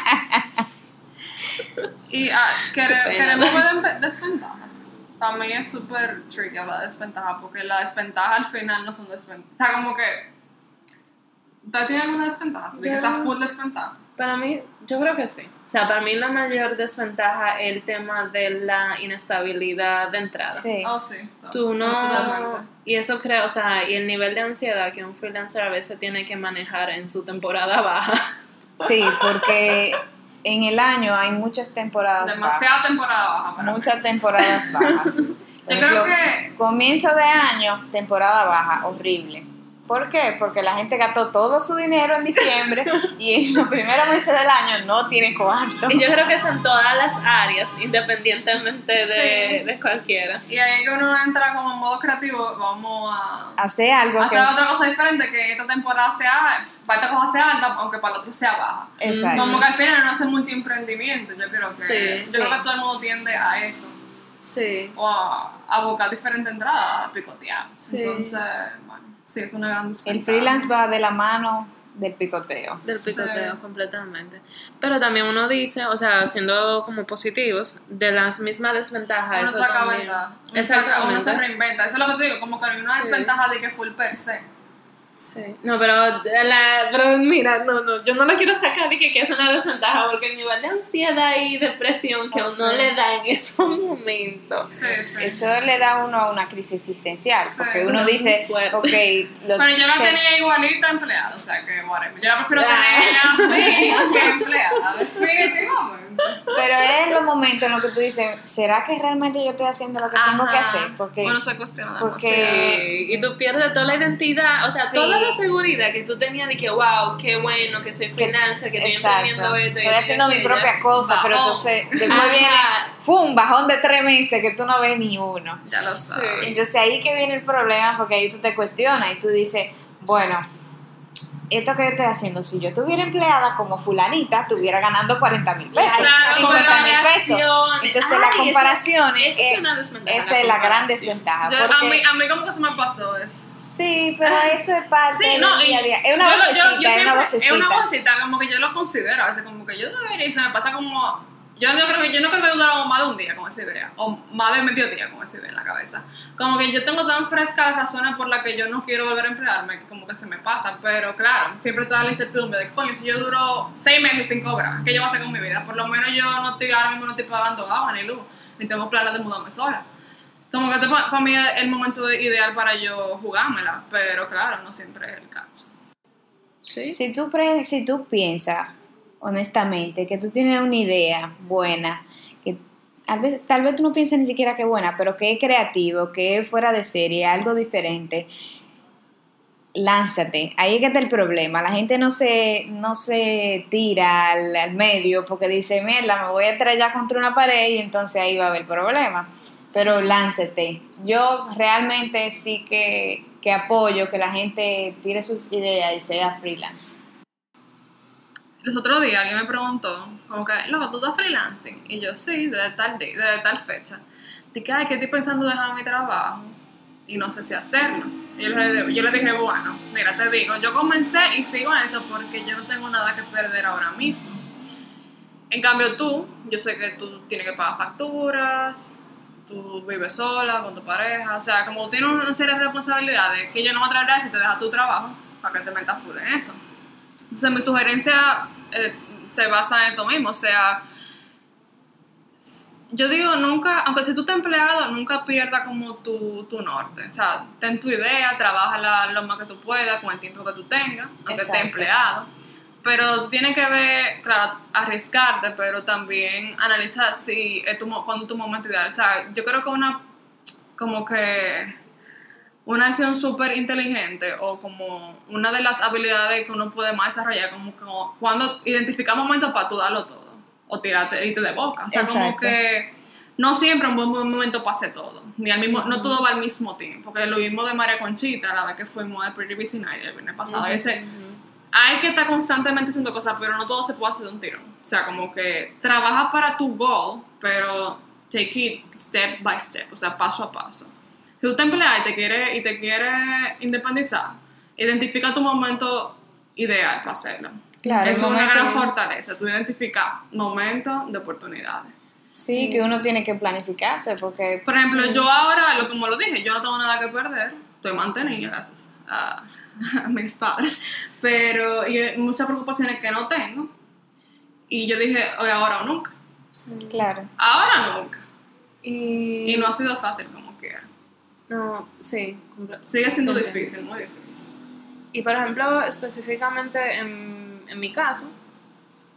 Y ah, quere- Qué pena. queremos ver desve- desventajas. Para mí es súper tricky hablar de desventaja, porque las desventajas al final no son desventajas. O sea, como que. ¿Usted tiene alguna desventaja? ¿De que Yo- sea full desventaja? Para mí, yo creo que sí. O sea, para mí la mayor desventaja es el tema de la inestabilidad de entrada. Sí. Oh, sí. Tú no, Totalmente. y eso creo, o sea, y el nivel de ansiedad que un freelancer a veces tiene que manejar en su temporada baja. Sí, porque en el año hay muchas temporadas Demasiada bajas. temporada baja para Muchas mí. temporadas bajas. Por Yo creo que- comienzo de año, temporada baja, horrible. ¿Por qué? Porque la gente gastó todo su dinero en diciembre y en los primeros meses del año no tiene cuarto. Y yo creo que es en todas las áreas, independientemente de, Sí. de cualquiera. Y ahí que uno entra como en modo creativo, vamos a Hacer algo hacer que... otra cosa diferente, que esta temporada sea, para esta cosa sea alta, aunque para la otra sea baja. Exacto. Como que al final no hace multiemprendimiento, yo creo que, Sí, yo sí. creo que todo el mundo tiende a eso. Sí. O a, a buscar diferentes entradas, a picotear. Sí. Entonces, bueno, sí, es una gran desventaja. El freelance va de la mano del picoteo. Del picoteo, Sí. completamente. Pero también uno dice, o sea, siendo como positivos, de las mismas desventajas. Uno eso saca también. ventaja. Uno, saca- uno se Exactamente. reinventa. Eso es lo que te digo, como que no hay una Sí. desventaja de que full per se. Sí. No, pero, la, pero mira, no, no, yo no lo quiero sacar de que, que es una desventaja, porque el nivel de ansiedad y depresión que Oh, uno sí. le da en esos momentos. Sí, sí. Eso le da a uno una crisis existencial, Sí. porque uno Muy dice, fuerte. ok, lo- Pero yo la se- tenía igualita empleada, o sea que whatever. Yo la prefiero Ah. tener así que empleada, definitivamente. pero es los momentos en los que tú dices, ¿será que realmente yo estoy haciendo lo que tengo que Ajá. hacer? Porque Uno se cuestiona porque- demasiado. Sí, y tú pierdes toda la identidad, o sea, Sí. toda la seguridad que tú tenías de que, wow, qué bueno, que soy freelancer, que estoy exacto, emprendiendo esto. y estoy haciendo mi aquello. propia cosa, pero Bajón. entonces después Ajá. viene, ¡fum! Bajón de tres meses que tú no ves ni uno. Ya lo sabes. Entonces ahí que viene el problema, porque ahí tú te cuestionas y tú dices, bueno, esto que yo estoy haciendo, si yo estuviera empleada como fulanita, estuviera ganando cuarenta mil pesos, Claro, cincuenta mil pesos. comparaciones. Entonces Ay, las esa- comparaciones, esa es eh, una desventaja, esa la es la gran comparación. desventaja. Yo, a, porque, mí, a mí como que se me pasó es... sí, pero eso es parte Sí, del no, y día a día. Es una yo lo- yo- vocecita, yo es una siempre- vocecita. Es una vocecita, como que yo lo considero a veces, como que yo debería, y se me pasa como... Yo no creo que yo no creo que duramos más de un día con esa idea, o más de medio día con esa idea en la cabeza. Como que yo tengo tan frescas las razones por las que yo no quiero volver a emplearme, que como que se me pasa, pero claro, siempre te da la incertidumbre de, coño, si yo duro seis meses sin cobrar, ¿qué yo voy a hacer con mi vida? Por lo menos yo no estoy ahora mismo no estoy pagando agua ni luz, ni tengo planes de mudarme sola. Como que este pa- para mí es el momento de- ideal para yo jugármela, pero claro, no siempre es el caso. Sí. Si tú, pre- si tú piensas, honestamente, que tú tienes una idea buena, que tal vez, tal vez tú no pienses ni siquiera que es buena, pero que es creativo, que es fuera de serie, algo diferente, lánzate. Ahí es que está el problema. La gente no se, no se tira al, al medio porque dice, mierda, me voy a estrellar contra una pared y entonces ahí va a haber problema. Pero lánzate. Yo realmente sí que, que apoyo que la gente tire sus ideas y sea freelance. Los otros días alguien me preguntó, como que, loco, ¿tú estás freelancing? Y yo, sí, desde tal día, desde tal fecha. Dije, ay, que estoy pensando dejar mi trabajo y no sé si hacerlo. Y yo le, yo le dije, bueno, mira, te digo, yo comencé y sigo en eso porque yo no tengo nada que perder ahora mismo. En cambio tú, yo sé que tú tienes que pagar facturas, tú vives sola con tu pareja, o sea, como tú tienes una serie de responsabilidades que yo no me atrevería si te dejas tu trabajo para que te metas full en eso. Entonces mi sugerencia eh, se basa en esto mismo, o sea, yo digo nunca, aunque si tú estás empleado, nunca pierdas como tu, tu norte, o sea, ten tu idea, trabaja lo más que tú puedas con el tiempo que tú tengas, aunque Exacto. estés empleado, pero tienes que ver, claro, arriesgarte, pero también analizar si es tu, mo- cuándo es tu momento ideal, o sea, yo creo que una, como que una acción súper inteligente o como una de las habilidades que uno puede más desarrollar, como, como cuando identificar momentos para tú darlo todo o tirarte irte de boca. O sea, como Exacto. que no siempre un buen buen momento pase todo, ni al mismo, no todo va al mismo tiempo. Porque lo mismo de María Conchita, la vez que fuimos al Pretty Busy Night el viernes pasado. Ese, hay que estar constantemente haciendo cosas, pero no todo se puede hacer de un tirón. O sea, como que trabaja para tu goal, pero take it step by step, o sea, paso a paso. Si tú te empleas y te quieres, y te quieres independizar, identifica tu momento ideal para hacerlo. Claro, Eso el es una momento- gran fortaleza, tú identificas momentos de oportunidades. Sí, que uno tiene que planificarse porque... Por ejemplo, sí. yo ahora, lo, como lo dije, yo no tengo nada que perder, estoy mantenida gracias a, a mis padres, pero y hay muchas preocupaciones que no tengo, y yo dije, hoy, ahora o nunca, Claro. ahora o nunca, Y, y no ha sido fácil como quiera, no, sí, comple- sigue siendo entiendo. difícil, muy difícil. Y por ejemplo, específicamente en, en mi caso,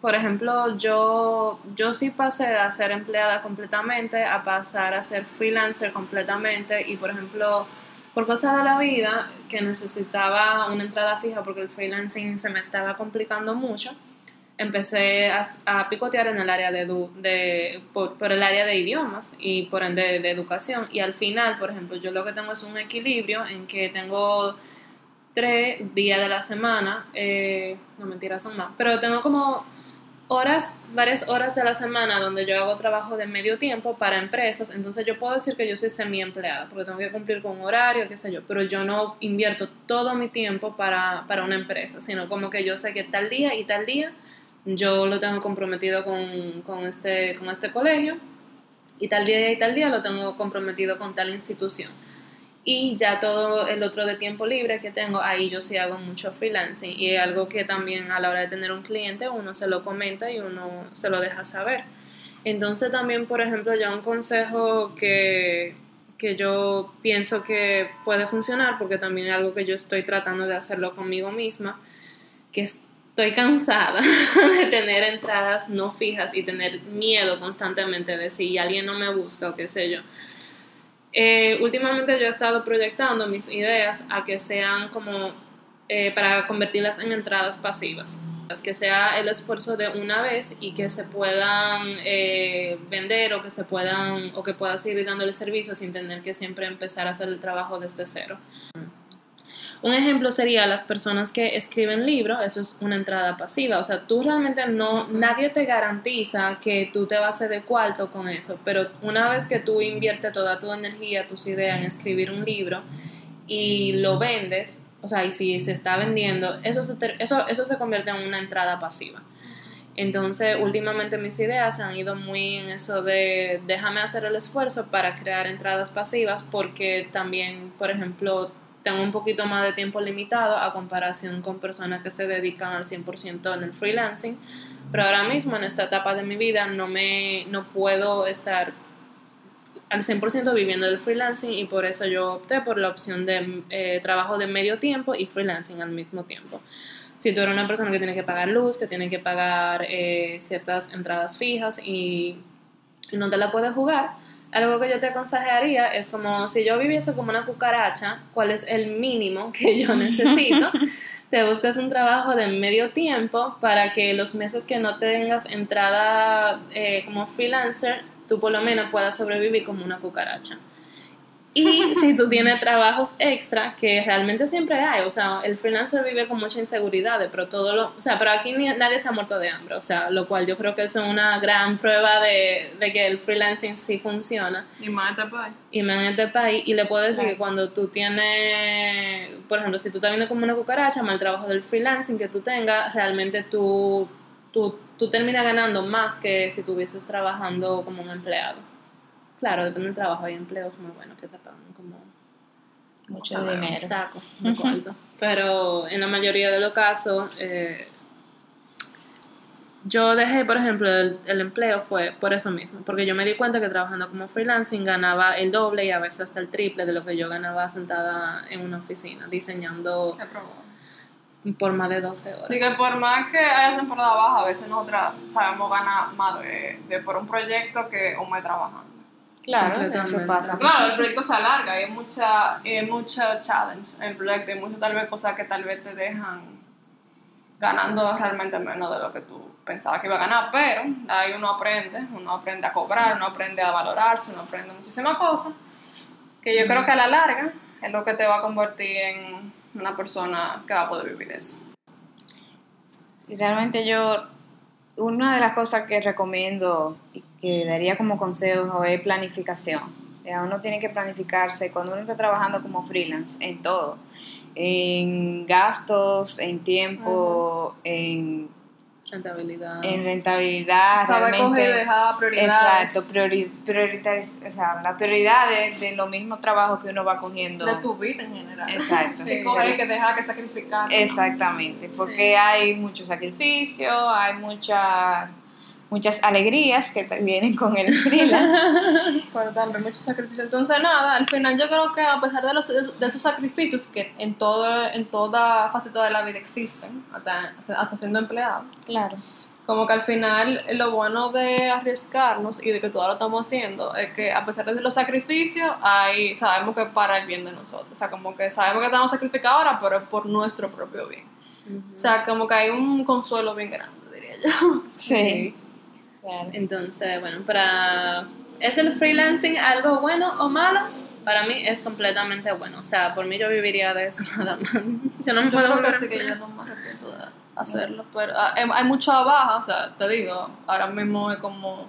por ejemplo, yo, yo sí pasé de ser empleada completamente a pasar a ser freelancer completamente y, por ejemplo, por cosas de la vida que necesitaba una entrada fija porque el freelancing se me estaba complicando mucho, empecé a, a picotear en el área de, edu, de por, por el área de idiomas y por ende de, de educación y al final, por ejemplo, yo lo que tengo es un equilibrio en que tengo tres días de la semana, eh, no mentiras son más, pero tengo como horas, varias horas de la semana donde yo hago trabajo de medio tiempo para empresas, entonces yo puedo decir que yo soy semi-empleada porque tengo que cumplir con un horario, qué sé yo, pero yo no invierto todo mi tiempo para, para una empresa, sino como que yo sé que tal día y tal día yo lo tengo comprometido con, con, este, con este colegio y tal día y tal día lo tengo comprometido con tal institución. Y ya todo el otro de tiempo libre que tengo, ahí yo sí hago mucho freelancing y es algo que también a la hora de tener un cliente uno se lo comenta y uno se lo deja saber. Entonces también, por ejemplo, ya un consejo que, que yo pienso que puede funcionar, porque también es algo que yo estoy tratando de hacerlo conmigo misma, que estoy cansada de tener entradas no fijas y tener miedo constantemente de si alguien no me busca o qué sé yo. Eh, últimamente yo he estado proyectando mis ideas a que sean como eh, para convertirlas en entradas pasivas, que sea el esfuerzo de una vez y que se puedan eh, vender o que se puedan o que puedas seguir dándole servicio sin tener que siempre empezar a hacer el trabajo desde cero. Un ejemplo sería las personas que escriben libros, eso es una entrada pasiva, o sea, tú realmente no, nadie te garantiza que tú te vas a hacer de cuarto con eso, pero una vez que tú inviertes toda tu energía, tus ideas en escribir un libro y lo vendes, o sea, y si se está vendiendo, eso se, eso, eso se convierte en una entrada pasiva. Entonces, últimamente mis ideas han ido muy en eso de déjame hacer el esfuerzo para crear entradas pasivas porque también, por ejemplo, tengo un poquito más de tiempo limitado a comparación con personas que se dedican al cien por ciento en el freelancing, pero ahora mismo en esta etapa de mi vida no, me, no puedo estar al cien por ciento viviendo del freelancing y por eso yo opté por la opción de eh, trabajo de medio tiempo y freelancing al mismo tiempo. Si tú eres una persona que tiene que pagar luz, que tiene que pagar eh, ciertas entradas fijas y, y no te la puedes jugar, algo que yo te aconsejaría es como si yo viviese como una cucaracha, ¿cuál es el mínimo que yo necesito? Te buscas un trabajo de medio tiempo para que los meses que no tengas entrada eh, como freelancer, tú por lo menos puedas sobrevivir como una cucaracha. Y si tú tienes trabajos extra, que realmente siempre hay, o sea, el freelancer vive con mucha inseguridad, pero todo lo, o sea, pero aquí ni, nadie se ha muerto de hambre, o sea, lo cual yo creo que eso es una gran prueba de, de que el freelancing sí funciona. Y más en este país. Y más en este país, y le puedo decir claro. Que cuando tú tienes, por ejemplo, si tú estás viendo como una cucaracha, más el trabajo del freelancing que tú tengas, realmente tú, tú, tú terminas ganando más que si estuvieses trabajando como un empleado. Claro, depende del trabajo, hay empleos muy buenos que te pagan como mucho dinero, sacos de cuarto. Pero en la mayoría de los casos, eh, yo dejé, por ejemplo, el, el empleo fue por eso mismo, porque yo me di cuenta que trabajando como freelancing ganaba el doble y a veces hasta el triple de lo que yo ganaba sentada en una oficina, diseñando por más de doce horas. Y que por más que haya temporada baja, a veces nosotras sabemos ganar más de, de por un proyecto que un mes trabajando. Claro, eso pasa. Claro, muchísimo. El proyecto se alarga, hay mucha, hay mucha challenge en el proyecto, hay muchas tal vez cosas que tal vez te dejan ganando realmente menos de lo que tú pensabas que iba a ganar, pero ahí uno aprende, uno aprende a cobrar, uno aprende a valorarse, uno aprende muchísimas cosas que yo mm. creo que a la larga es lo que te va a convertir en una persona que va a poder vivir eso. Y realmente yo, una de las cosas que recomiendo y que daría como consejo es planificación. Ya uno tiene que planificarse cuando uno está trabajando como freelance en todo, en gastos, en tiempo, uh-huh. en rentabilidad, en rentabilidad, sabe realmente, coger y dejar prioridades. Exacto, priori, prioritarias, o sea, la prioridad de, de los mismos trabajos que uno va cogiendo. De tu vida en general. Exacto. Sí, que coger, que dejar, que sacrificar. Exactamente, porque sí. hay mucho sacrificio, hay muchas muchas alegrías que vienen con el freelance. Pero también muchos sacrificios. Entonces, nada, al final yo creo que a pesar de, los, de esos sacrificios que en, todo, en toda faceta de la vida existen, hasta, hasta siendo empleado, claro, Como que al final lo bueno de arriesgarnos y de que todo lo estamos haciendo es que a pesar de los sacrificios, ahí sabemos que es para el bien de nosotros. O sea, como que sabemos que estamos sacrificando ahora, pero es por nuestro propio bien. Uh-huh. O sea, como que hay un consuelo bien grande, diría yo. Sí. Claro. Entonces, bueno, para... ¿es el freelancing algo bueno o malo? Para mí es completamente bueno. O sea, por mí yo viviría de eso nada más. Yo no me yo puedo creo que sí que yo no me arrepiento de hacerlo, pero hay, hay mucha baja, o sea, te digo, ahora mismo es como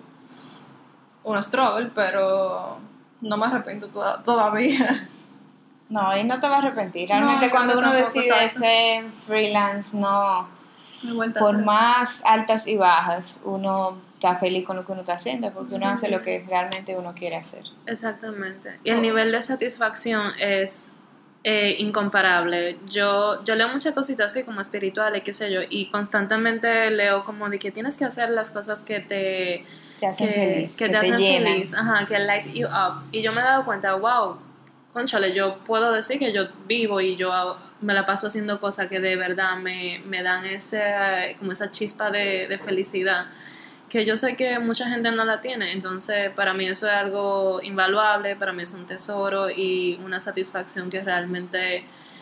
un struggle, pero no me arrepiento toda, todavía. No, y no te vas a arrepentir. Realmente no, cuando uno decide ser freelance, no, por atrás. Más altas y bajas, uno está feliz con lo que uno está haciendo, porque sí. Uno hace lo que realmente uno quiere hacer. Exactamente. Y el nivel de satisfacción es Eh, incomparable. Yo, yo leo muchas cositas así como espirituales, qué sé yo, y constantemente leo como de que tienes que hacer las cosas que te, te hacen que, feliz, que que te, te hacen llenan. feliz, ajá, que light you up. Y yo me he dado cuenta, wow, cónchale, yo puedo decir que yo vivo y yo me la paso haciendo cosas que de verdad me, me dan ese, como esa chispa de, de felicidad, que yo sé que mucha gente no la tiene. Entonces para mí eso es algo invaluable, para mí es un tesoro y una satisfacción que realmente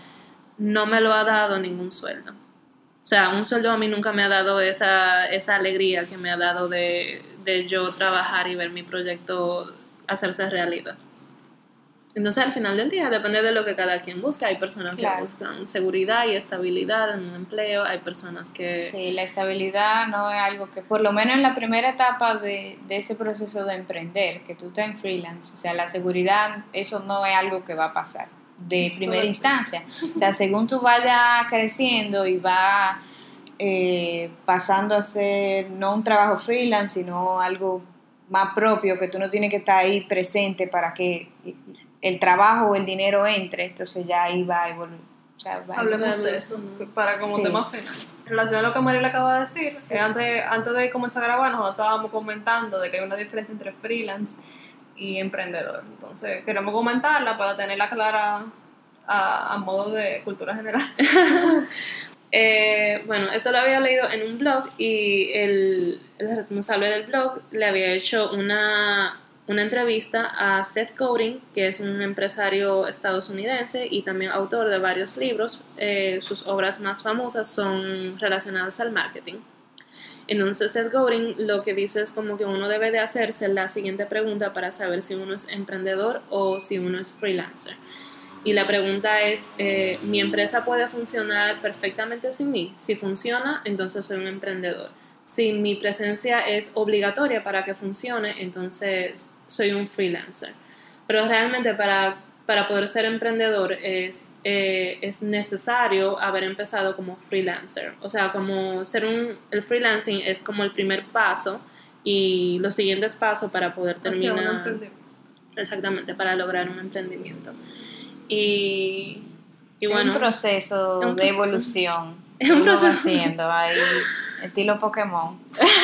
no me lo ha dado ningún sueldo. O sea, un sueldo a mí nunca me ha dado esa, esa alegría que me ha dado de, de yo trabajar y ver mi proyecto hacerse realidad. Entonces al final del día depende de lo que cada quien busca. Hay personas claro. que buscan seguridad y estabilidad en un empleo, hay personas que... Sí, la estabilidad no es algo que, por lo menos en la primera etapa de, de ese proceso de emprender, que tú estás en freelance, o sea, la seguridad, eso no es algo que va a pasar de primera Todo instancia. O sea, según tú vayas creciendo y vas eh, pasando a ser no un trabajo freelance, sino algo más propio, que tú no tienes que estar ahí presente para que el trabajo o el dinero entre, entonces ya ahí va a evoluir. O sea, va Hablemos de eso, para como sí. tema final. En relación a lo que Mariela acaba de decir, sí. antes, antes de comenzar a grabar, nosotros estábamos comentando de que hay una diferencia entre freelance y emprendedor. Entonces, queremos comentarla para tenerla clara a, a modo de cultura general. eh, bueno, esto lo había leído en un blog y el, el responsable del blog le había hecho una... una entrevista a Seth Godin, que es un empresario estadounidense y también autor de varios libros. Eh, sus obras más famosas son relacionadas al marketing. Entonces Seth Godin lo que dice es como que uno debe de hacerse la siguiente pregunta para saber si uno es emprendedor o si uno es freelancer. Y la pregunta es, eh, ¿mi empresa puede funcionar perfectamente sin mí? Si funciona, entonces soy un emprendedor. Si mi presencia es obligatoria para que funcione, entonces soy un freelancer. Pero realmente para, para poder ser emprendedor es, eh, es necesario haber empezado como freelancer. O sea, como ser un, el freelancing es como el primer paso y los siguientes pasos para poder terminar. Hacia un emprendimiento. Exactamente, para lograr un emprendimiento. Y, y bueno, es un proceso, un proceso de evolución. Es un proceso. Haciendo ahí. Estilo Pokémon.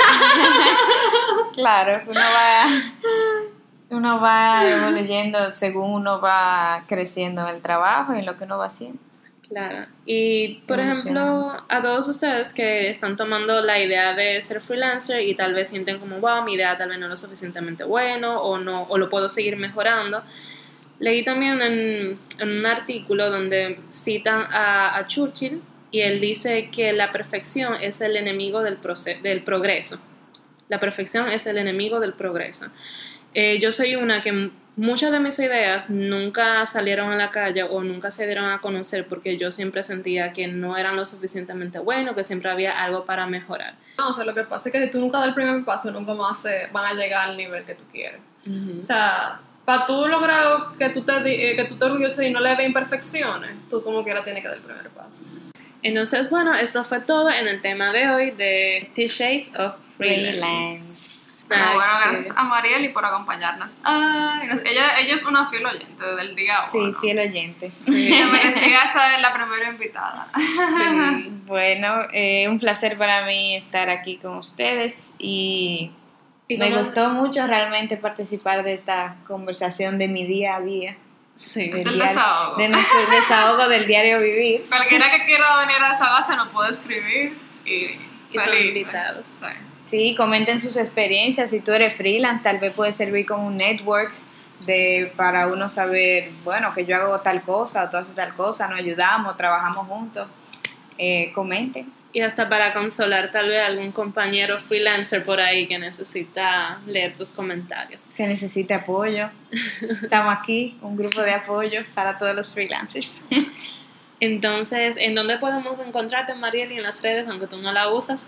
Claro, uno va uno va evoluyendo según uno va creciendo en el trabajo y en lo que uno va haciendo. Claro. Y por ejemplo, a todos ustedes que están tomando la idea de ser freelancer y tal vez sienten como, wow, mi idea tal vez no es lo suficientemente bueno o no, o lo puedo seguir mejorando. Leí también en, en un artículo donde citan a, a Churchill. Y él dice que la perfección es el enemigo del, proce- del progreso. La perfección es el enemigo del progreso. Eh, yo soy una que muchas de mis ideas nunca salieron a la calle o nunca se dieron a conocer porque yo siempre sentía que no eran lo suficientemente buenos, que siempre había algo para mejorar. No, o sea, lo que pasa es que si tú nunca das el primer paso, nunca más se van a llegar al nivel que tú quieres. Uh-huh. O sea, para tú lograr algo que tú te, eh, que tú te orgulloso y no le ves imperfecciones, tú como quiera tienes que dar el primer paso. Entonces, bueno, esto fue todo en el tema de hoy de Fifty Shades of Freelance. Freelance. Bueno, bueno, gracias a Marieli por acompañarnos. Ay, ella, ella es una fiel oyente desde el día uno. Sí, fiel oyente. Sí. Se merecía ser la primera invitada. Sí. Bueno, eh, un placer para mí estar aquí con ustedes y, ¿Y me gustó mucho realmente participar de esta conversación de mi día a día. Sí, del, del diario, desahogo. De nuestro desahogo del diario vivir. Cualquiera que quiera venir a desahogarse nos puede escribir y y son Felices. invitados. Sí. Sí, comenten sus experiencias. Si tú eres freelance, tal vez puede servir como un network de para uno saber, bueno, que yo hago tal cosa o tú haces tal cosa, nos ayudamos, trabajamos juntos. Eh, comenten. Y hasta para consolar tal vez a algún compañero freelancer por ahí que necesita leer tus comentarios. Que necesite apoyo. Estamos aquí, un grupo de apoyo para todos los freelancers. Entonces, ¿en dónde podemos encontrarte, Marieli, en las redes, aunque tú no la usas?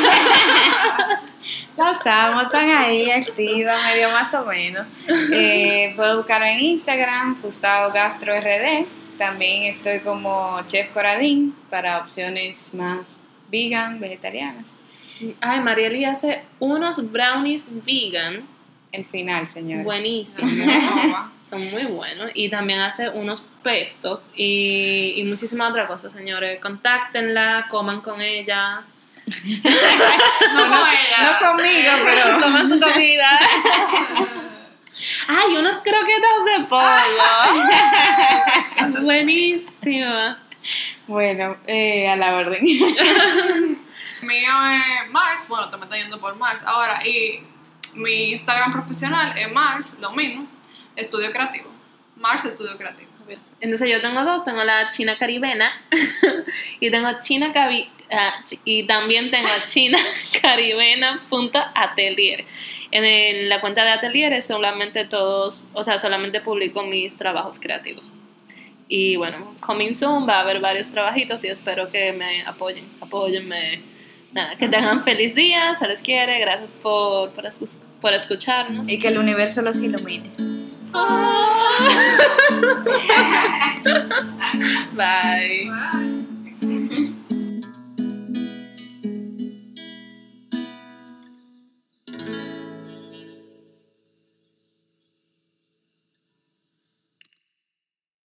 La usamos, están ahí activas, medio más o menos. Eh, puedo buscarme en Instagram, Fusao Gastro R D. También estoy como Chef Coradín para opciones más vegan, vegetarianas. Ay, Marieli hace unos brownies vegan. El final, señor. Buenísimos. No, Son muy buenos. Y también hace unos pestos y, y muchísimas otras cosas, señores. Contáctenla, coman con ella. no, no, ella. No conmigo, pero Coman su comida. Ay, unos croquetas de pollo. Buenísima. bueno, eh, a la orden. Mío es Mars, bueno, te me está yendo por Mars ahora. Y mi Instagram profesional es Mars, lo mismo, Estudio Creativo. Mars Estudio Creativo. Entonces yo tengo dos, tengo la China Caribena y tengo China Cabi uh, ch y también tengo China Caribena punto atelier. En el, la cuenta de Atelier solamente todos, o sea, solamente publico mis trabajos creativos. Y bueno, coming soon va a haber varios trabajitos y espero que me apoyen, apóyenme. Nada, que tengan feliz día, se les quiere, gracias por, por, escu por escucharnos. Y que el universo los ilumine. Bye. Bye.